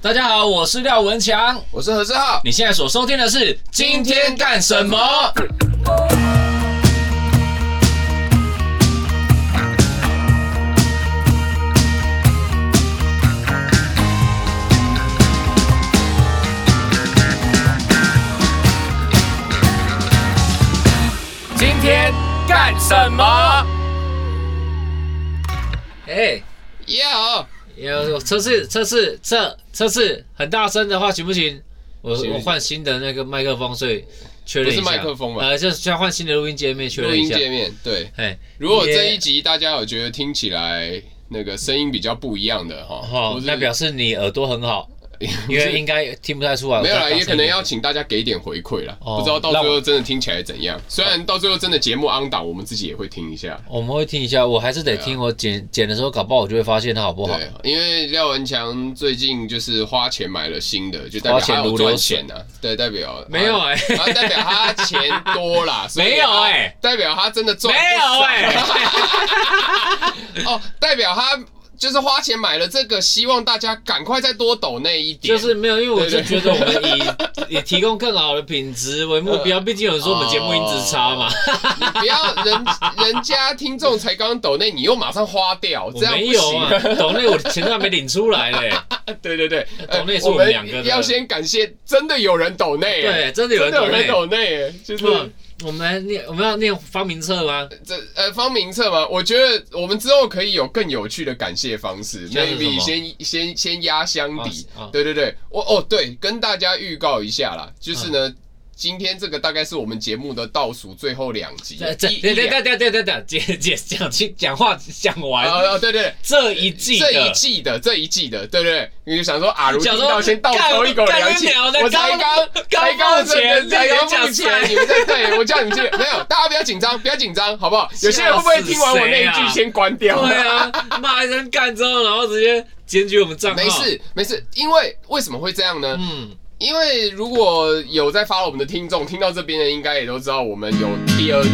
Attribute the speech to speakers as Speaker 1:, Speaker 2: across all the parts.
Speaker 1: 大家好，我是廖文强，
Speaker 2: 我是何志浩。
Speaker 1: 你现在所收听的是今天干什么？今天干什么？有测试很大声的话行不行？我换新的那个麦克风，所以确认一下。
Speaker 2: 不是麦克风吧？
Speaker 1: 就是要换新的录音界面，确认一下。
Speaker 2: 录音界面对。如果这一集大家有觉得听起来那个声音比较不一样的哈，
Speaker 1: 那表示你耳朵很好。因为应该听不太出来，
Speaker 2: 没有啦，也可能要请大家给点回馈啦。不知道到最后真的听起来怎样。虽然到最后真的节目on档，我们自己也会听一下。
Speaker 1: 我们会听一下，我还是得听。我剪的时候，搞不好我就会发现它好不好。
Speaker 2: 对，因为廖文强最近就是花钱买了新的，就代表他有赚钱啊。对，代表
Speaker 1: 没有
Speaker 2: 代表他钱多啦。
Speaker 1: 没有
Speaker 2: 代表他真的赚。
Speaker 1: 没
Speaker 2: 有哦，代表他。就是花钱买了这个，希望大家赶快再多抖那一点。
Speaker 1: 就是没有，因为我就觉得我们以提供更好的品质为目标，毕竟有人说我们节目音质差嘛。
Speaker 2: 你不要人家听众才刚抖内，你又马上花掉，这样不行。
Speaker 1: 没有啊，抖内我钱都还没领出来嘞。
Speaker 2: 对，
Speaker 1: 抖内是我们两个的。
Speaker 2: 要先感谢，真的有人抖内。
Speaker 1: 对，真的有人
Speaker 2: 抖内，就是。
Speaker 1: 我们要念方名册吗？
Speaker 2: 方名册吗？我觉得我们之后可以有更有趣的感谢方式 ，maybe 先压箱底。对，对，跟大家预告一下啦，就是呢。今天这个大概是我们节目的倒数最后2集。
Speaker 1: 对，讲话讲完。
Speaker 2: 对，
Speaker 1: 这一季
Speaker 2: 的，对，你就想说如听到先倒抽一口凉气，我才刚付钱，你们对我叫你们去，没有，大家不要紧张，好不好？有些人会不会听完我那一句先关掉？
Speaker 1: 对啊，骂一声干之后，然后直接检举我们账号。
Speaker 2: 没事，因为什么会这样呢？因为如果有在follow我们的听众，听到这边的应该也都知道，我们有第二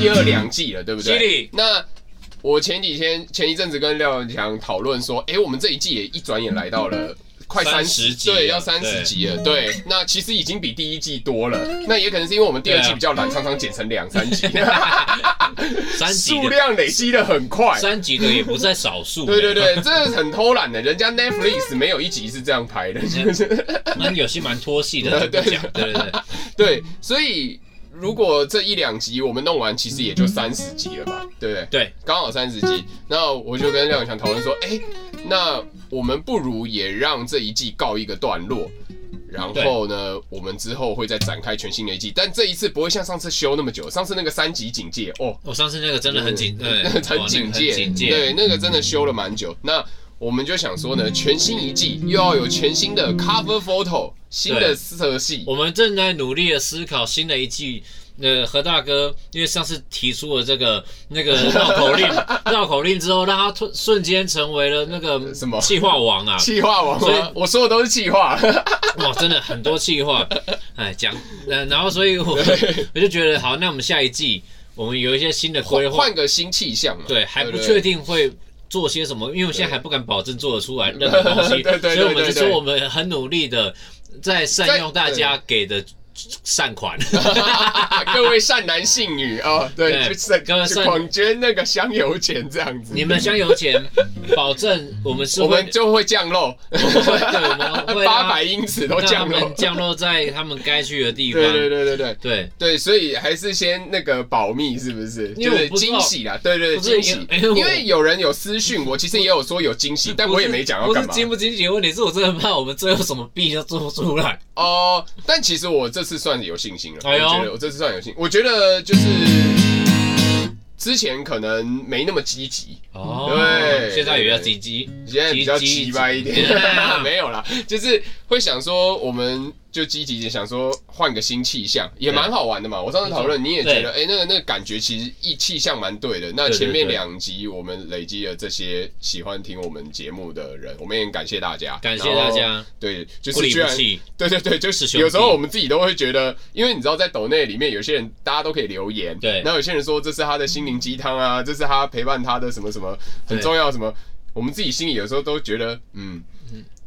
Speaker 2: 2季了，对不对？那我前一阵子跟廖文强讨论说，我们这一季也一转眼来到了快30集，对，要30集了，对。那其实已经比第1季多了，那也可能是因为我们第2季比较懒，常常剪成2、3集，数量累积的很快
Speaker 1: ，3集的也不在少数。
Speaker 2: 对，这是很偷懒的，人家 Netflix 没有1集是这样拍的，
Speaker 1: 有些蛮拖戏的，
Speaker 2: 对，所以。如果这1、2集我们弄完，其实也就30集了吧，对不对？
Speaker 1: 对，
Speaker 2: 刚好30集。那我就跟廖永强讨论说，那我们不如也让这一季告一个段落，然后呢，我们之后会再展开全新的一季，但这一次不会像上次休那么久。上次那个3集警戒
Speaker 1: 我上次那个真的很警戒，
Speaker 2: 对，那个真的休了蛮久。那我们就想说呢，全新一季又要有全新的 cover photo， 新的色系。
Speaker 1: 我们正在努力的思考新的一季。何大哥，因为上次提出了那个绕口令之后，让他瞬間成为了那个
Speaker 2: 什么
Speaker 1: 企划王啊！
Speaker 2: 企划王，所以我说的都是企划。
Speaker 1: 哇，真的很多企划，然后所以我就觉得好，那我们下一季我们有一些新的规划，
Speaker 2: 换个新气象嘛。
Speaker 1: 对，还不确定会做些什么，因为我现在还不敢保证做得出来任何东西。所以我们就说我们很努力的在善用大家给的。善款，
Speaker 2: 各位善男信女对，去狂捐那个香油钱这样子。
Speaker 1: 你们香油钱，保证我们
Speaker 2: 就会降落，
Speaker 1: 对，我们会
Speaker 2: 800英尺都降落，
Speaker 1: 降落在他们该去的地方。
Speaker 2: 对，所以还是先那个保密，是不是？就是惊喜啦，对，惊喜。因为有人有私讯我，其实也有说有惊喜，但我也没讲要干嘛。
Speaker 1: 不是惊不惊喜的问题，是我真的怕我们最后什么弊就做不出来。
Speaker 2: 但其实我这次算有信心了，我这次算有信心。我觉得就是之前可能没那么积极，对，
Speaker 1: 现在也要积极，
Speaker 2: 现在比较鸡掰一点，没有啦，就是会想说我们就积极点，想说换个新气象，也蛮好玩的嘛。我上次讨论，你也觉得，那个感觉其实气象蛮对的。那前面2集我们累积了这些喜欢听我们节目的人，我们也很感谢大家，
Speaker 1: 感谢大家。
Speaker 2: 对，就是居然，对，就是有时候我们自己都会觉得，因为你知道在抖内里面有些人大家都可以留言，
Speaker 1: 对，
Speaker 2: 然后有些人说这是他的心灵鸡汤啊，这是他陪伴他的什么什么很重要什么，我们自己心里有时候都觉得，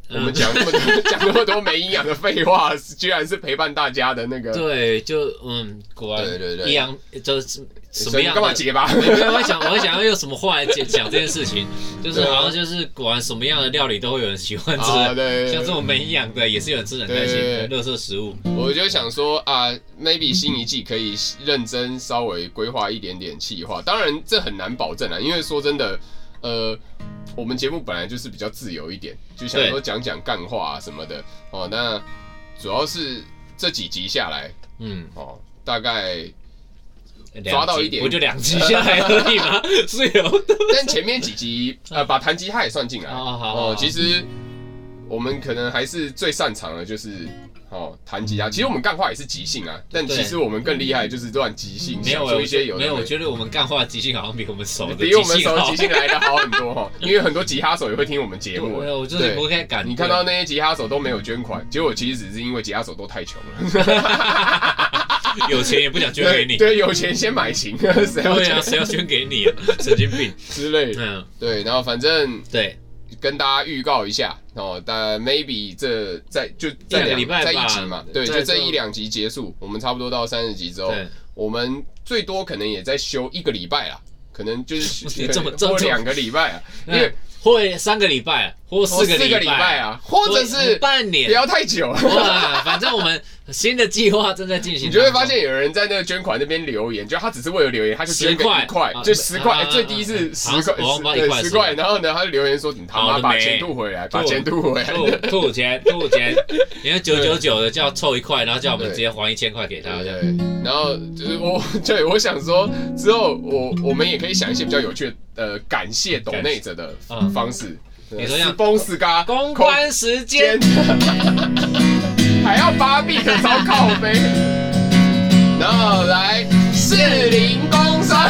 Speaker 2: 我们讲那么多没营养的废话，居然是陪伴大家的那个。
Speaker 1: 对，就果然一样，就是什么样？
Speaker 2: 干嘛结巴？
Speaker 1: 我想要用什么话来讲这件事情，就是好像就是果然什么样的料理都会有人喜欢吃，像这种没营养的也是有人吃很开心的垃圾食物。
Speaker 2: 我就想说啊 ，maybe 新一季可以认真稍微规划一点点企划，当然这很难保证啊，因为说真的，我们节目本来就是比较自由一点，就想说讲干话啊什么的哦。那主要是这几集下来，大概抓到一点，
Speaker 1: 我就2集下来而已嘛，是有。
Speaker 2: 但前面几集把弹吉他也算进来哦。其实我们可能还是最擅长的就是弹吉他。其实我们干话也是即兴啊，但其实我们更厉害就是乱即兴，想出一些
Speaker 1: 没有，我觉得我们干话即兴好像比我们熟的
Speaker 2: 比我们熟的即兴来的好很多哈。因为很多吉他手也会听我们节目，
Speaker 1: 我就是不太敢。
Speaker 2: 你看到那些吉他手都没有捐款，结果其实只是因为吉他手都太穷了。
Speaker 1: 有钱也不想捐给你，
Speaker 2: 对，有钱先买琴，对
Speaker 1: 啊，谁要捐给你啊？神经病
Speaker 2: 之类的。对，然后反正
Speaker 1: 对，
Speaker 2: 跟大家预告一下但 maybe 在
Speaker 1: 2个礼拜
Speaker 2: 在1集嘛，对，就这1-2集结束，我们差不多到30集之后，我们最多可能也再休1个礼拜啦，可能就是或2个礼拜啊，因为。
Speaker 1: 会3个礼拜，或4个礼拜
Speaker 2: 啊，或者是
Speaker 1: 半年，
Speaker 2: 不要太久。
Speaker 1: 哇，反正我们新的计划正在进行。
Speaker 2: 你就会发现有人在那个捐款那边留言，就他只是为了留言，他就捐个1块，就10块，最低是10块，10块。然后呢，他就留言说：“你他妈把钱吐回来，把钱吐回来，
Speaker 1: 吐钱。”因为999的叫凑1块，然后叫我们直接还1000块给他。
Speaker 2: 对，然后我想说之后我们也可以想一些比较有趣的感谢抖内者的方式。
Speaker 1: 你说像
Speaker 2: 死嘎
Speaker 1: 公关时间，
Speaker 2: 还要8beat超靠背，然后来士林工商，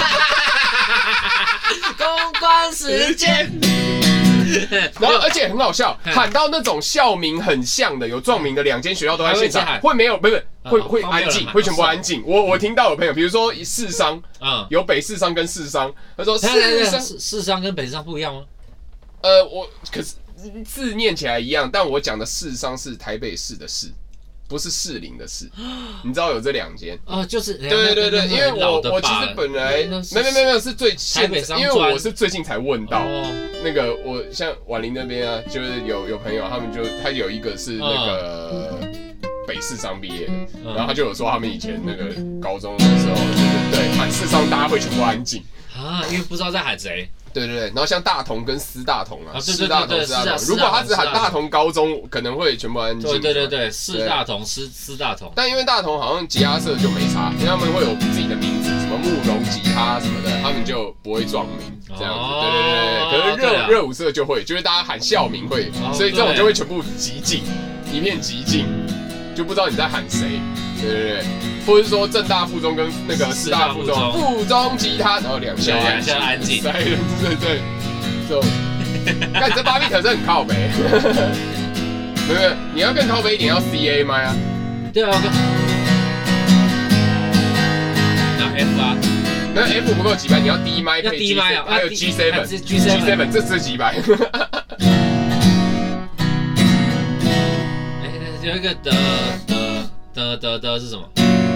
Speaker 1: 公关时间。
Speaker 2: 然后而且很好笑，喊到那种校名很像的，有撞名的2间学校都在现场，会没有不是会安静，会全部安静。我听到有朋友，比如说世商，有北世商跟世商，他说
Speaker 1: 世商跟北世商不一样吗？
Speaker 2: 可是字念起来一样，但我讲的世商是台北市的市，不是士林的市。你知道有这2间
Speaker 1: 就是
Speaker 2: 对，因为我其实本来没有是最现，因为我是最近才问到那个我像婉玲那边啊，就是有朋友他有一个是那个北市商毕业的，然后他就有说他们以前那个高中的时候，对喊世商大家会全部安静
Speaker 1: 因为不知道在喊谁。
Speaker 2: 对，然后像大同跟师大同师大同，如果他只喊大同高中，可能会全部安静。
Speaker 1: 对，师大同，师大同。
Speaker 2: 但因为大同好像吉他社就没差，因为他们会有自己的名字，什么慕容吉他什么的，他们就不会撞名这样子。对。可是热舞社就会，就是大家喊校名会，所以这种就会全部极静，一片极静，就不知道你在喊谁。对，或者是说政大附中跟那个师大附中，附中吉他，然后2校
Speaker 1: 安静，
Speaker 2: 对，这种，看这8beat是很靠北，没有，你要更靠北一点，要 CA 麦啊，
Speaker 1: 对啊，那 F 啊，
Speaker 2: 那 F 不够几百，你要 D 麦配 G7，还有 G7，这几百。
Speaker 1: 有一个的是什么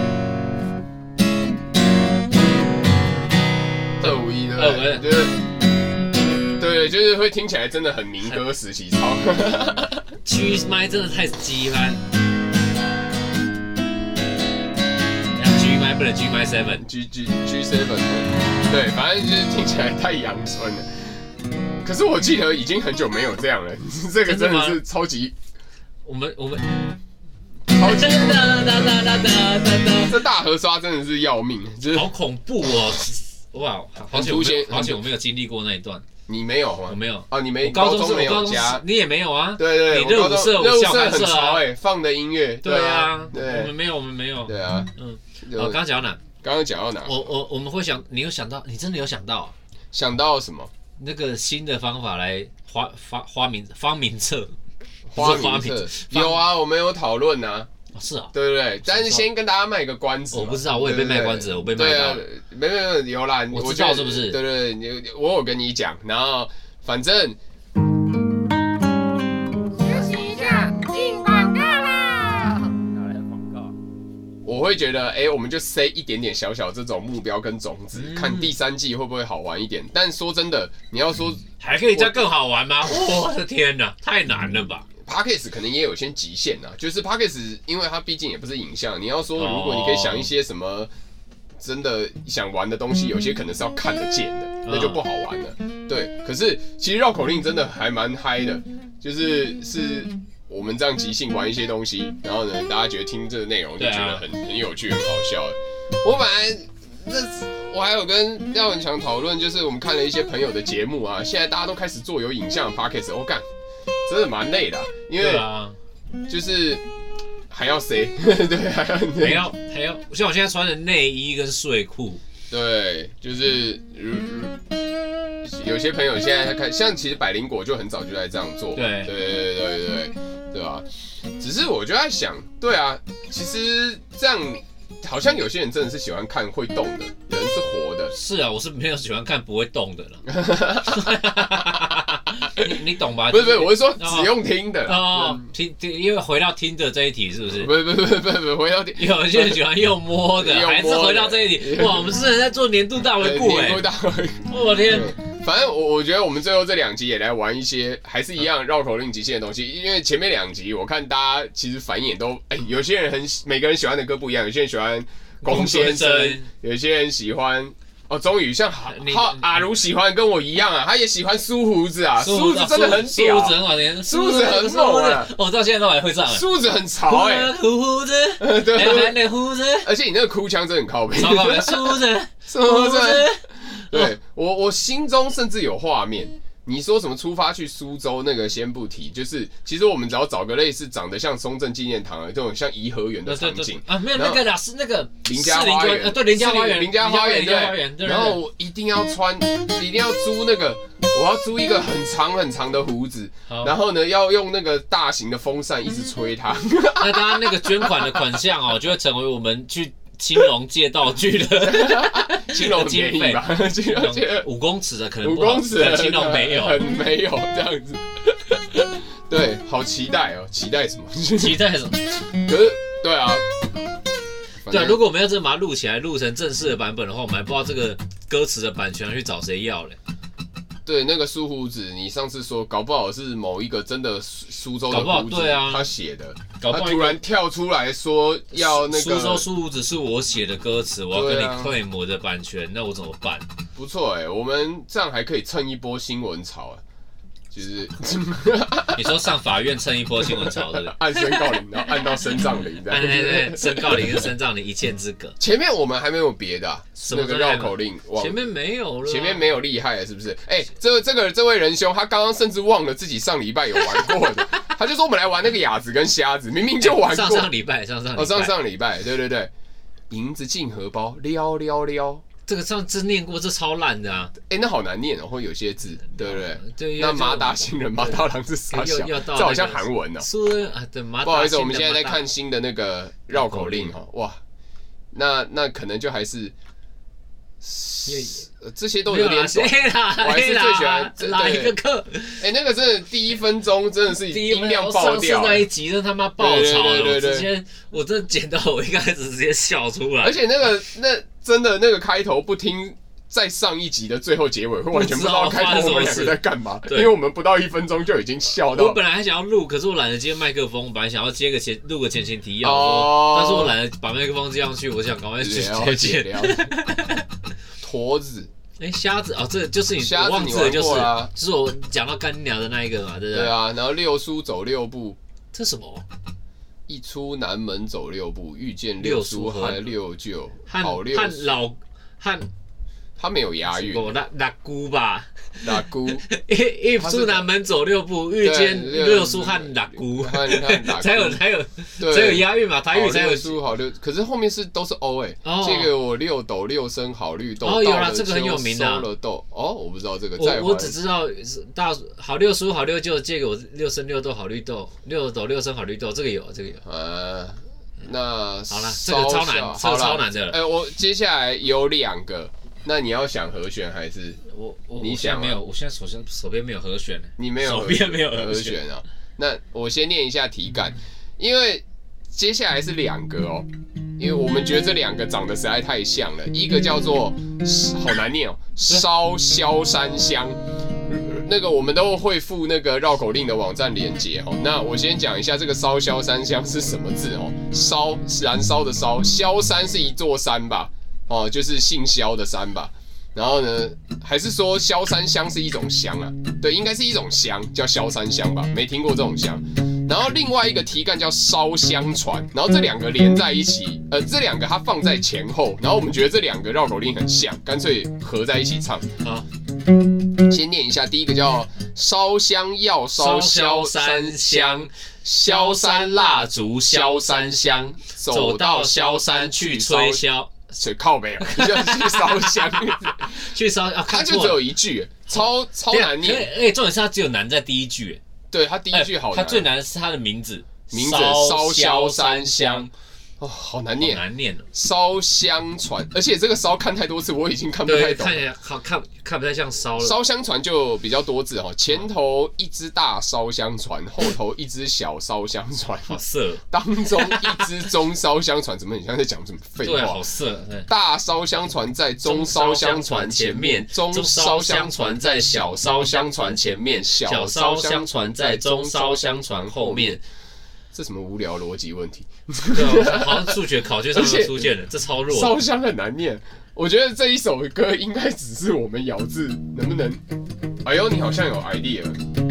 Speaker 2: ？251的，对，就是会听起来真的很民歌时期操。
Speaker 1: G 麦真的太鸡掰。G 麦不能 G 麦 7，G7，对，反正就是听起来太阳春了。可是我记得已经很久没有这样了，这个真的是超级。我们。这大合刷真的是要命，就是好恐怖哦！哇，好险我没有经历过那一段。
Speaker 2: 你没有吗？
Speaker 1: 我没有
Speaker 2: 你没高中没有加，
Speaker 1: 你也没有啊？
Speaker 2: 对，
Speaker 1: 你热舞社
Speaker 2: 很潮放的音乐。
Speaker 1: 对啊，我们没有。
Speaker 2: 对啊，
Speaker 1: 刚刚讲到哪？
Speaker 2: 刚刚讲到哪？
Speaker 1: 我们会想，你有想到？你真的有想到？
Speaker 2: 想到什么？
Speaker 1: 那个新的方法来方名册。
Speaker 2: 花名册有啊，我们有讨论啊。
Speaker 1: 是啊，
Speaker 2: 对，但是先跟大家卖个关子。
Speaker 1: 我不知道，我也被卖关子，我被卖到了。
Speaker 2: 没有啦，
Speaker 1: 我知道是不是？
Speaker 2: 对，我有跟你讲，然后反正会觉得，我们就塞一点点小小这种目标跟种子，看第3季会不会好玩一点。但说真的，你要说
Speaker 3: 还可以再更好玩吗？我的天哪，太难了吧！
Speaker 2: Podcast 可能也有些极限啊，就是 Podcast， 因为它毕竟也不是影像。你要说，如果你可以想一些什么真的想玩的东西，有些可能是要看得见的，那就不好玩了。对，可是其实绕口令真的还蛮嗨的，就是我们这样即兴玩一些东西，然后呢，大家觉得听这个内容就觉得很有趣、很好笑的。我本来我还有跟廖文强讨论，就是我们看了一些朋友的节目啊，现在大家都开始做有影像的 Podcast， 我干。真的蛮累的、因为就是还要塞，对，还要，
Speaker 3: 像我现在穿的内衣跟睡裤，
Speaker 2: 对，就是有些朋友现在在看，像其实百灵果就很早就在这样做，对吧？只是我就在想，对啊，其实这样好像有些人真的是喜欢看会动的，人是活的。
Speaker 3: 是啊，我是没有喜欢看不会动的了。你懂吧？
Speaker 2: 不是，我是说只用听的
Speaker 3: 听，因为回到听的这一题是不是？
Speaker 2: 不，回到听。
Speaker 3: 有些人喜欢用摸的，还是回到这一题。哇，我们是在做年度大回顾
Speaker 2: 年度大回顾，
Speaker 3: 我天！
Speaker 2: 反正我觉得我们最后这2集也来玩一些还是一样绕口令极限的东西，因为前面2集我看大家其实反应也都，有些人每个人喜欢的歌不一样，有些人喜欢龚先生，有些人喜欢。终于像阿如喜欢跟我一样啊，他也喜欢梳胡子啊，梳子真的很屌，
Speaker 3: 梳子很好听，
Speaker 2: 梳子很猛啊，
Speaker 3: 到现在都还会唱，
Speaker 2: 梳子很潮
Speaker 3: 胡子，对，胡子，
Speaker 2: 而且你那个哭腔真的很靠北，
Speaker 3: 超靠北，梳子，
Speaker 2: 对我心中甚至有画面。你说什么出发去苏州那个先不提，就是其实我们只要找个类似长得像中正纪念堂的这种像颐和园的场景
Speaker 3: 啊，没有那个啦，是那个
Speaker 2: 林家花园，
Speaker 3: 对，林家花
Speaker 2: 园，对。然后我一定要租那个，我要租一个很长很长的胡子，然后呢要用那个大型的风扇一直吹它。
Speaker 3: 那大家那个捐款的款项就会成为我们去青龙借道具的
Speaker 2: 青龙便宜吧
Speaker 3: ，5公尺的可能
Speaker 2: 5公尺的
Speaker 3: 青龙没有，
Speaker 2: 很没有这样子。对，好期待哦！期待什么？
Speaker 3: 期待什么？
Speaker 2: 可是，对啊，
Speaker 3: 对，如果我们要真的把它录起来，录成正式的版本的话，我们还不知道这个歌词的版权要去找谁要嘞。
Speaker 2: 对，那个苏胡子，你上次说搞不好是某一个真的苏州的胡子，他写的，他突然跳出来说要那个
Speaker 3: 苏州苏胡子是我写的歌词，我要跟你 claim 我的版权，那我怎么办？
Speaker 2: 不错我们这样还可以蹭一波新闻潮就是
Speaker 3: 你说上法院蹭一波新闻潮的，
Speaker 2: 按申告铃，然后按到身障铃，
Speaker 3: 对，申告铃跟身障铃一箭之隔。
Speaker 2: 前面我们还没有别的那个绕口令，
Speaker 3: 前面没有了，
Speaker 2: 前面没有厉害了，是不是？这位仁兄，他刚刚甚至忘了自己上礼拜有玩过的，他就说我们来玩那个哑子跟瞎子，明明就玩过。
Speaker 3: 上礼拜，
Speaker 2: 上礼拜，对，银子进荷包，撩撩撩。
Speaker 3: 这个上次念过，这超烂的啊！
Speaker 2: 那好难念会有些字，对不对？
Speaker 3: 对。
Speaker 2: 那马达新人马达郎是傻小，这好像韩文
Speaker 3: 对，
Speaker 2: 不好意思，我们现在在看新的那个绕口令哇，那可能就还是。这些都有点短，我还是最喜欢
Speaker 3: 哪一个课？
Speaker 2: 那个真的第1分钟真的是音量爆掉，
Speaker 3: 上次那一集真他妈爆吵了，我真的剪到我一开始直接笑出来，
Speaker 2: 而且那真的那个开头不听。再上一集的最后结尾会完全不知道开头我们2个在干嘛，因为我们不到1分钟就已经笑到。
Speaker 3: 我本来还想要录，可是我懒得接麦克风，本来想要录个前情提要，但是我懒得把麦克风接上去，我想赶快去接。驼子，瞎子这就是我忘记了，就是我讲到干鸟的那一个嘛，对不对？
Speaker 2: 对啊，然后6叔走6步，
Speaker 3: 这什么？
Speaker 2: 一出南门走6步，遇见6叔和6舅，好6叔
Speaker 3: 和。
Speaker 2: 他没有押韵，
Speaker 3: 拉姑吧，
Speaker 2: 拉姑，
Speaker 3: 一出南门走6步，遇见6叔和拉姑，才有押韵嘛，台语才有。
Speaker 2: 6叔好6，可是后面都是 O 借给我6斗6升好绿豆。
Speaker 3: 有啦，这个很有名的。
Speaker 2: 收了豆我不知道这个。
Speaker 3: 我只知道好6叔好6舅借给我6升6豆好绿豆，6斗6升好绿豆，这个有。
Speaker 2: 那
Speaker 3: 好了，这个超难的。
Speaker 2: 我接下来有2个。那你要想和弦还是
Speaker 3: 你想没有？我现在手边没有和弦，
Speaker 2: 你没有
Speaker 3: 手边没有和
Speaker 2: 弦那我先念一下题干，因为接下来是2个因为我们觉得这2个长得实在太像了。一个叫做好难念哦，烧萧山香。那个我们都会附那个绕口令的网站连结哦。那我先讲一下这个烧萧山香是什么字哦？烧燃烧的烧，萧山是一座山吧？哦，就是姓萧的山吧。然后呢，还是说萧山香是一种香啊？对，应该是一种香，叫萧山香吧？没听过这种香。然后另外一个题干叫烧香船，然后这2个连在一起，这2个它放在前后，然后我们觉得这2个绕口令很像，干脆合在一起唱。好，先念一下，第一个叫烧香要烧萧山香，萧山蜡烛萧山香，走到萧山去吹箫。水靠北啊，你就去烧香，
Speaker 3: 去烧啊，
Speaker 2: 它就只有一句，超难念。
Speaker 3: 重点是它只有难在第一句，
Speaker 2: 对，它第一句好难。
Speaker 3: 它最难的是它的名字
Speaker 2: 烧萧山香。哦，好难念，
Speaker 3: 好难念哦。
Speaker 2: 烧香船，而且这个烧看太多次，我已经看不太懂。
Speaker 3: 看起来看不太像烧了。
Speaker 2: 烧香船就比较多字哈，前头一只大烧香船，后头一只小烧香船，
Speaker 3: 好色。
Speaker 2: 当中一只中烧香船，怎么很像在讲什么废话？
Speaker 3: 对，好色。
Speaker 2: 大烧香船在中烧香船前面，中烧香船在小烧香船前面，
Speaker 3: 小烧香船在中烧香船后面。
Speaker 2: 这什么无聊逻辑问题？
Speaker 3: 对，好像数学考卷上面出现了，这超弱。
Speaker 2: 烧香很难念，我觉得这一首歌应该只是我们咬字能不能？哎呦，你好像有 idea。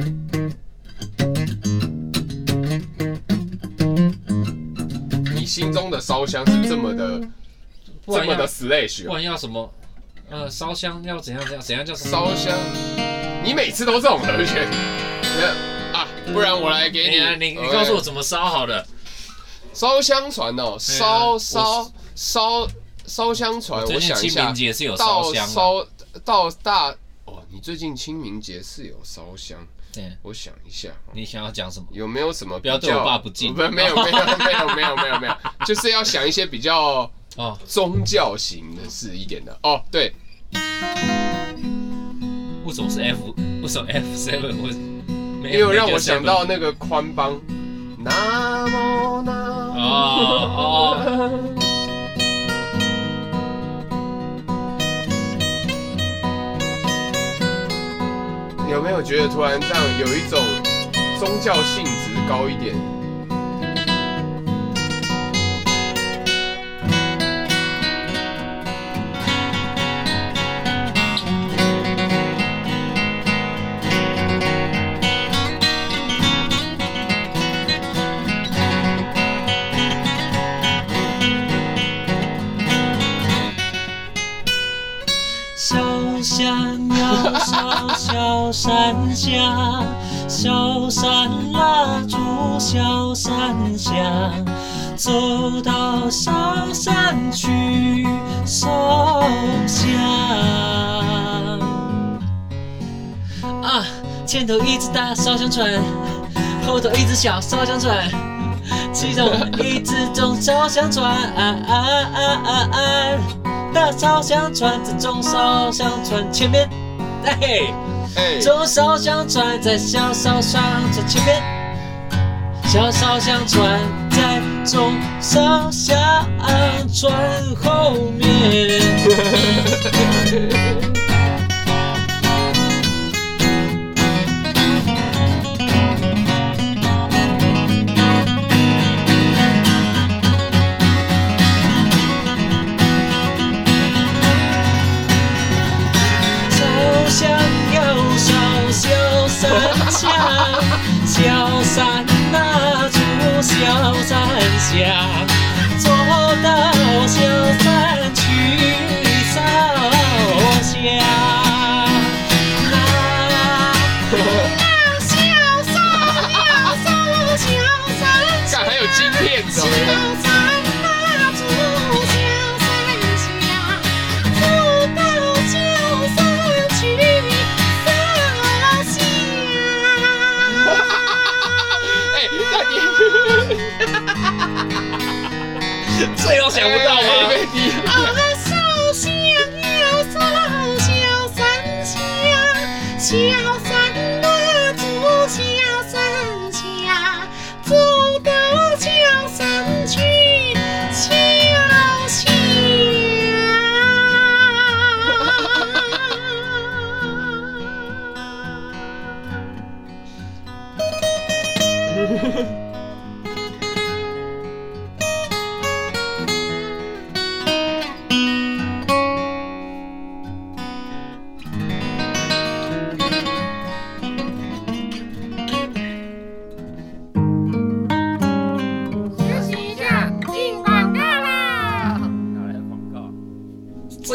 Speaker 2: 你心中的烧香是这么的 slash，
Speaker 3: 不然要什么？烧香要怎样叫
Speaker 2: 烧香？你每次都这种和弦。不然我来给你，
Speaker 3: 你告诉我怎么烧好了。
Speaker 2: 烧香船哦，烧香船，我想一下，清明节
Speaker 3: 是有烧香
Speaker 2: 到大哦，你最近清明节是有烧香？对，我想一下，
Speaker 3: 你想要讲什么？
Speaker 2: 有没有什么
Speaker 3: 不要对我爸不敬？
Speaker 2: 没有，就是要想一些比较宗教型的事一点的哦。对，
Speaker 3: 为什么是 F？ 为什么 F7？
Speaker 2: 因为让我想到那个宽邦，那么有没有觉得突然这样有一种宗教性质高一点？
Speaker 4: 小山下，小山蜡烛小山下，走到小山去烧香。啊，前头一只大烧香船，后头一只小烧香船，其中一只中烧香船。大烧香船在中烧香船前面。中烧香船在小烧香船前面，小烧香船在中烧香船后面。小山蜡烛小山下，走到小山去烧香。小山要烧小山下，
Speaker 2: 还有金片子。
Speaker 3: 这有想不到吗？
Speaker 4: 烧香要烧小山下，小山蜡烛小山下，走到小山去烧。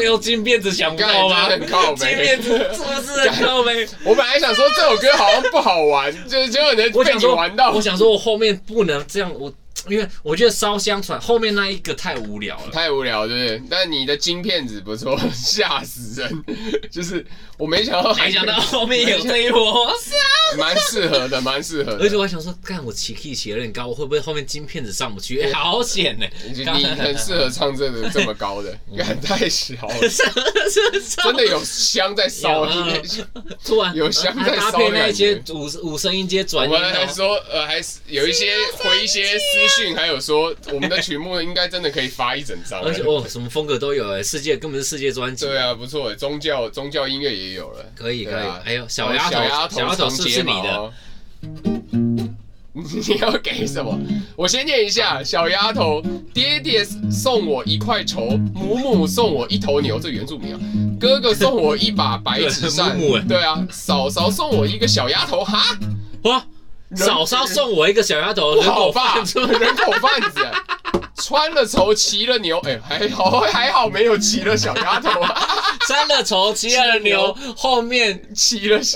Speaker 3: 用金辫子想不到吗？
Speaker 2: 很靠北，
Speaker 3: 金辫子是不是很靠北？
Speaker 2: 我本来想说这首歌好像不好玩，就结果能被你玩到。
Speaker 3: 我想说我后面不能这样，因为我觉得烧香船后面那一个太无聊了，
Speaker 2: 太无聊，对不对？但你的金片子不错，吓死人！就是我没想到
Speaker 3: 后面有这一波，
Speaker 2: 蛮适合的，蛮适合的。
Speaker 3: 而且我还想说，干我骑 key 骑得有点高，我会不会后面金片子上不去？好险呢！
Speaker 2: 你很适合唱这么高的，干太小了，真的有香在烧，
Speaker 3: 突然
Speaker 2: 有香在烧，
Speaker 3: 搭配那些五声音阶转音。
Speaker 2: 我们还说还有一些回一些私讯，还有说我们的曲目应该真的可以发一整张，
Speaker 3: 而且什么风格都有根本是世界专辑。
Speaker 2: 对啊，不错，宗教音乐也有了，
Speaker 3: 可以。哎呦，小丫头是你的。
Speaker 2: 你要给什么？我先念一下：小丫头，爹爹送我1块绸，母母送我1头牛，这原住民啊。哥哥送我1把白纸扇，对啊。嫂嫂送我1个小丫头，哈？
Speaker 3: 哇！嫂嫂送我1个小丫头，人口贩子，
Speaker 2: 穿了绸，骑了牛，还好没有骑了小丫头啊。
Speaker 3: 穿了绸，骑了牛，后面
Speaker 2: 骑了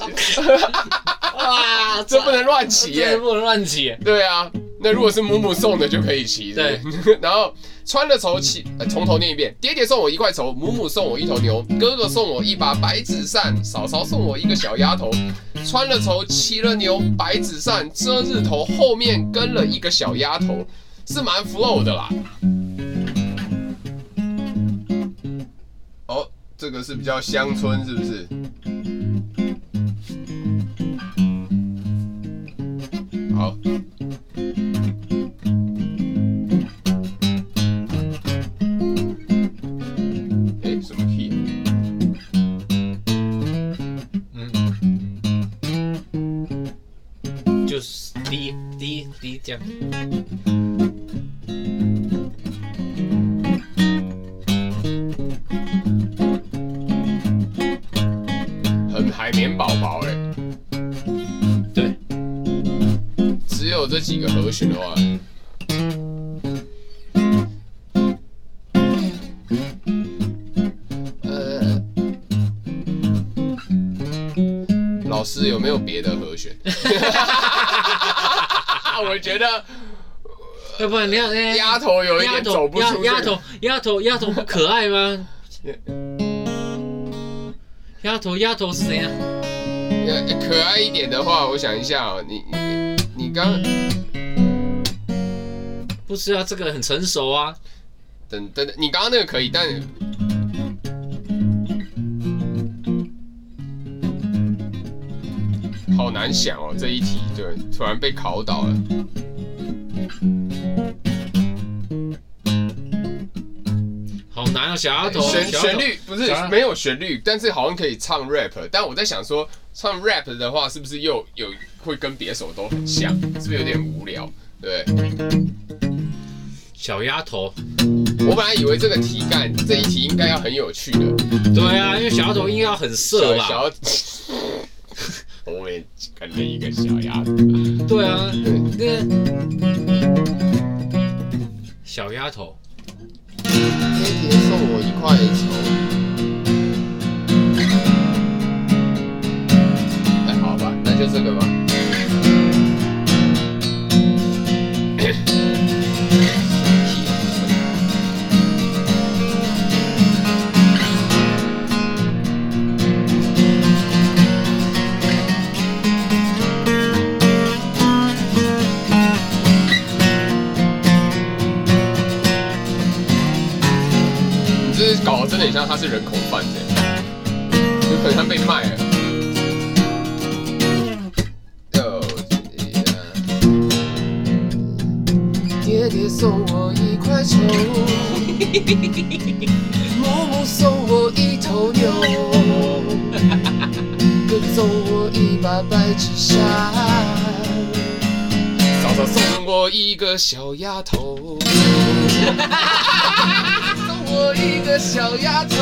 Speaker 2: 哇，这不能乱骑耶，
Speaker 3: 不能乱骑。
Speaker 2: 对啊，那如果是母母送的就可以骑。对，然后穿了绸骑，从头念一遍：爹爹送我1块绸，母母送我1头牛，哥哥送我1把白纸扇，嫂嫂送我1个小丫头。穿了绸，骑了牛，白纸扇遮日头，后面跟了1个小丫头，是蛮 flow 的啦。哦，这个是比较乡村，是不是？好。什么 key
Speaker 3: 啊？就是低这样。
Speaker 2: 很海绵宝宝哎。
Speaker 3: 对。
Speaker 2: 只有这几个和弦的话。老师有没有别的和弦？我觉得，
Speaker 3: 要不然你看，
Speaker 2: 丫头有一点走不出去。
Speaker 3: 丫头不可爱吗？丫头是怎样？
Speaker 2: 可爱一点的话，我想一下哦，你刚
Speaker 3: 不是啊，这个很成熟啊。
Speaker 2: 等，你刚刚那个可以，但。好难想哦，这一题对，突然被考倒了。
Speaker 3: 好难哦，小丫头。
Speaker 2: 旋律不是没有旋律，但是好像可以唱 rap。但我在想说，唱 rap 的话，是不是又会跟别首都很像？是不是有点无聊？对。
Speaker 3: 小丫头，
Speaker 2: 我本来以为这一题应该要很有趣的。
Speaker 3: 对啊，因为小丫头应该要很色吧。
Speaker 2: 我也跟了1个小丫头。
Speaker 3: 对啊，对。小丫头。
Speaker 2: 爹爹送我1块绸。好吧，那就这个吧。搞得真的很像他是人口贩子，有可能他被卖了。爹爹送我1块绸，母母送我1头牛，哥哥送我1把白纸扇，嫂嫂送我1个小丫头。我1个小丫头，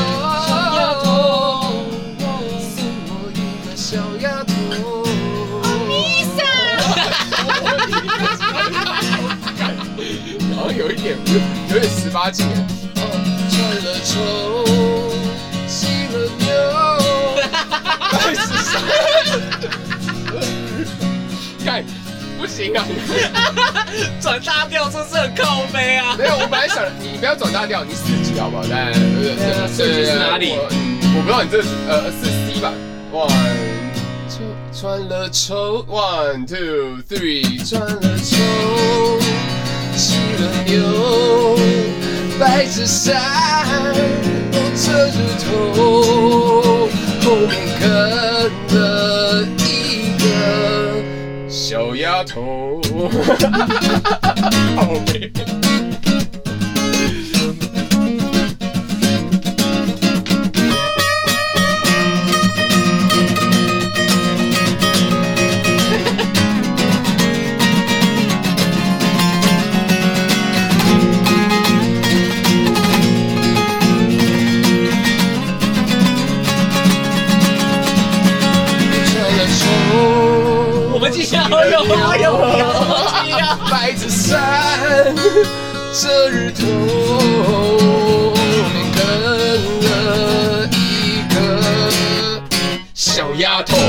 Speaker 2: 送我1个小丫头。好像有一点18禁。穿了绸， 心啊！
Speaker 3: 转大调真是很靠背啊。
Speaker 2: 没有，我本来想你不要转大调，你4级好不好？来，
Speaker 3: 4级是哪里？
Speaker 2: 我不知道你这是 C 吧？1 2穿了绸 ，1 2 3穿了绸，骑了牛，白着衫，遮着头，后面跟了一个小丫头。好美。白着衫，遮日头，跟了一个小丫头。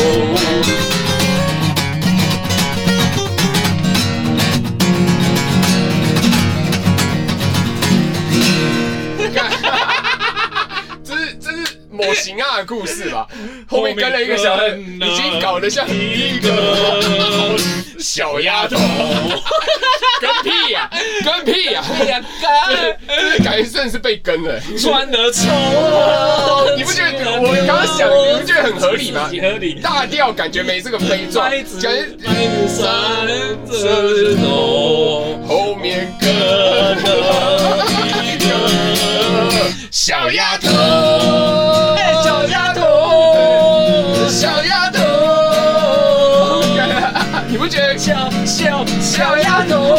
Speaker 2: 这是某型啊的故事吧？后面跟了一个小人，已经搞得像一个小丫头。跟屁呀！跟屁呀！跟！感觉真的是被跟了。
Speaker 3: 穿了绸，
Speaker 2: 你不觉得我刚刚想，你不觉得很合理吗？
Speaker 3: 合理。
Speaker 2: 大调感觉没这个悲壮，感觉
Speaker 3: 白子衫遮头，
Speaker 2: 后面跟了一个小丫头。小丫头，小丫头。你不觉得小丫头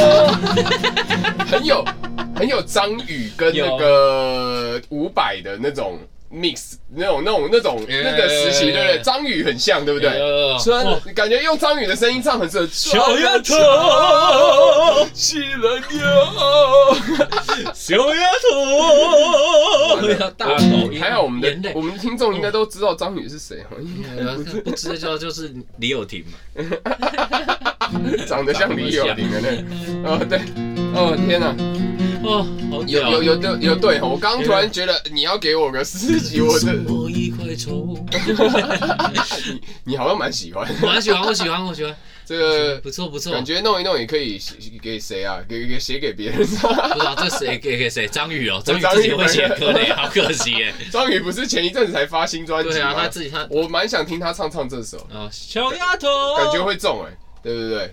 Speaker 2: 很有张宇跟那个伍佰的那种 mix 那个时期，对不对？张宇很像，对不对？感觉用张宇的声音唱很适合。
Speaker 3: 小丫头，
Speaker 2: 骑了牛，
Speaker 3: 小丫头，大抖音。
Speaker 2: 还好我们的听众应该都知道张宇是谁哈。
Speaker 3: 不知道就是李友廷嘛。
Speaker 2: 长得像李友廷的那个，哦对，哦天哪，
Speaker 3: 哦，好屌，
Speaker 2: 有对，我刚突然觉得你要给我个4级，我的，你好像蛮喜欢，
Speaker 3: 我喜欢，
Speaker 2: 这个
Speaker 3: 不错，
Speaker 2: 感觉弄一弄也可以给谁啊？写给别人，不知
Speaker 3: 道这谁给谁？张宇哦，张宇自己会写歌嘞，好可惜耶。
Speaker 2: 张宇不是前一阵子才发新专辑吗？
Speaker 3: 对啊，他，
Speaker 2: 我蛮想听他唱这首。
Speaker 3: 哦，小丫头，
Speaker 2: 感觉会中哎。对不对？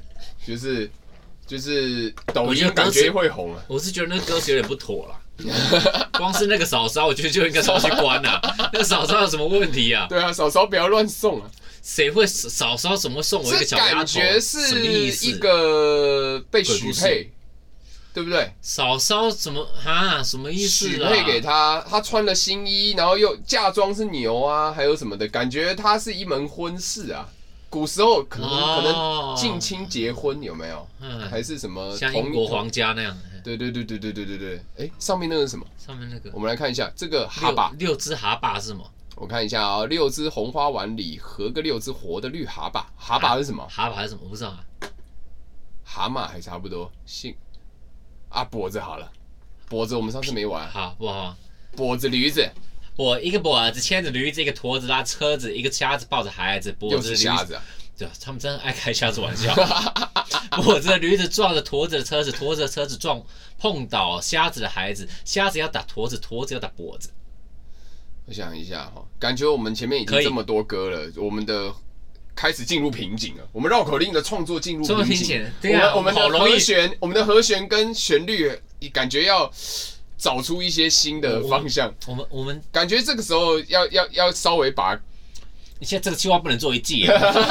Speaker 2: 就是抖音感觉会红啊！
Speaker 3: 我是觉得那歌词有点不妥啦，光是那个嫂嫂，我觉得就应该抓去关了。那个嫂嫂有什么问题啊？
Speaker 2: 对啊，嫂嫂不要乱送啊！
Speaker 3: 谁会嫂嫂怎么送我一个小丫头？
Speaker 2: 感觉是一个被许配，对不对？
Speaker 3: 嫂嫂怎么啊？什么意思？
Speaker 2: 许配给他，他穿了新衣，然后又嫁妆是牛啊，还有什么的？感觉他是一门婚事啊。古时候可能近亲结婚有没有？还是什么
Speaker 3: 像英国皇家那样？
Speaker 2: 对。哎，上面那个是什么？
Speaker 3: 上面那个，
Speaker 2: 我们来看一下这个哈巴。
Speaker 3: 6只哈巴是什么？
Speaker 2: 我看一下啊，6只红花碗里合个6只活的绿哈巴。哈巴是什么？
Speaker 3: 哈巴是什么？我不知道啊。
Speaker 2: 蛤蟆还差不多。脖子好了，脖子我们上次没玩。
Speaker 3: 好不好？
Speaker 2: 脖子驴子。
Speaker 3: 一个脖子牵着驴子，一个驼子拉车子，一个瞎子抱着孩子，脖子
Speaker 2: 瞎子啊！
Speaker 3: 对，他们真的爱开瞎子玩笑。脖子的驴子撞着驼子的车子，驼子的车子碰倒瞎子的孩子，瞎子要打驼子，驼子要打脖子。
Speaker 2: 我想一下哈，感觉我们前面已经这么多歌了，我们的开始进入瓶颈了。我们绕口令的创作进入瓶颈。我们的和弦跟旋律感觉要找出一些新的方向。
Speaker 3: 我们
Speaker 2: 感觉这个时候要稍微把。
Speaker 3: 你现在这个计划不能做1季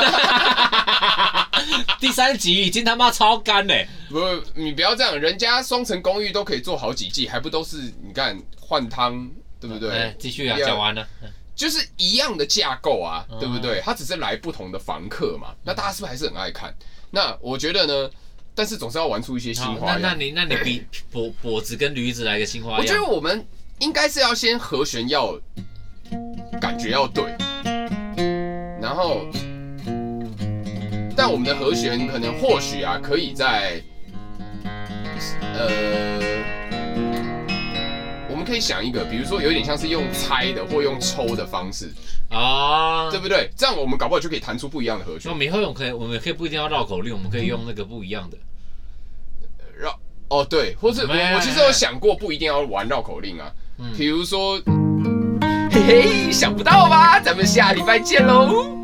Speaker 3: 第3集已经他妈超干嘞！
Speaker 2: 不，你不要这样，人家双层公寓都可以做好几季，还不都是你看换汤，对不对？
Speaker 3: 继续啊，讲完了。
Speaker 2: 就是一样的架构啊，对不对？它只是来不同的房客嘛，那大家是不是还是很爱看？那我觉得呢，但是总是要玩出一些新花样。
Speaker 3: 那你比脖子跟驴子来个新花样。
Speaker 2: 我觉得我们应该是要先和弦要感觉要对。然后但我们的和弦可能或许啊，可以在我们可以想一个，比如说有点像是用猜的或用抽的方式啊，对不对？这样我们搞不好就可以弹出不一样的和弦。
Speaker 3: 那我们以后我们可以不一定要绕口令，我们可以用那个不一样的
Speaker 2: 对，或是我其实有想过，不一定要玩绕口令啊，比如说，嘿嘿，想不到吧？咱们下礼拜见喽。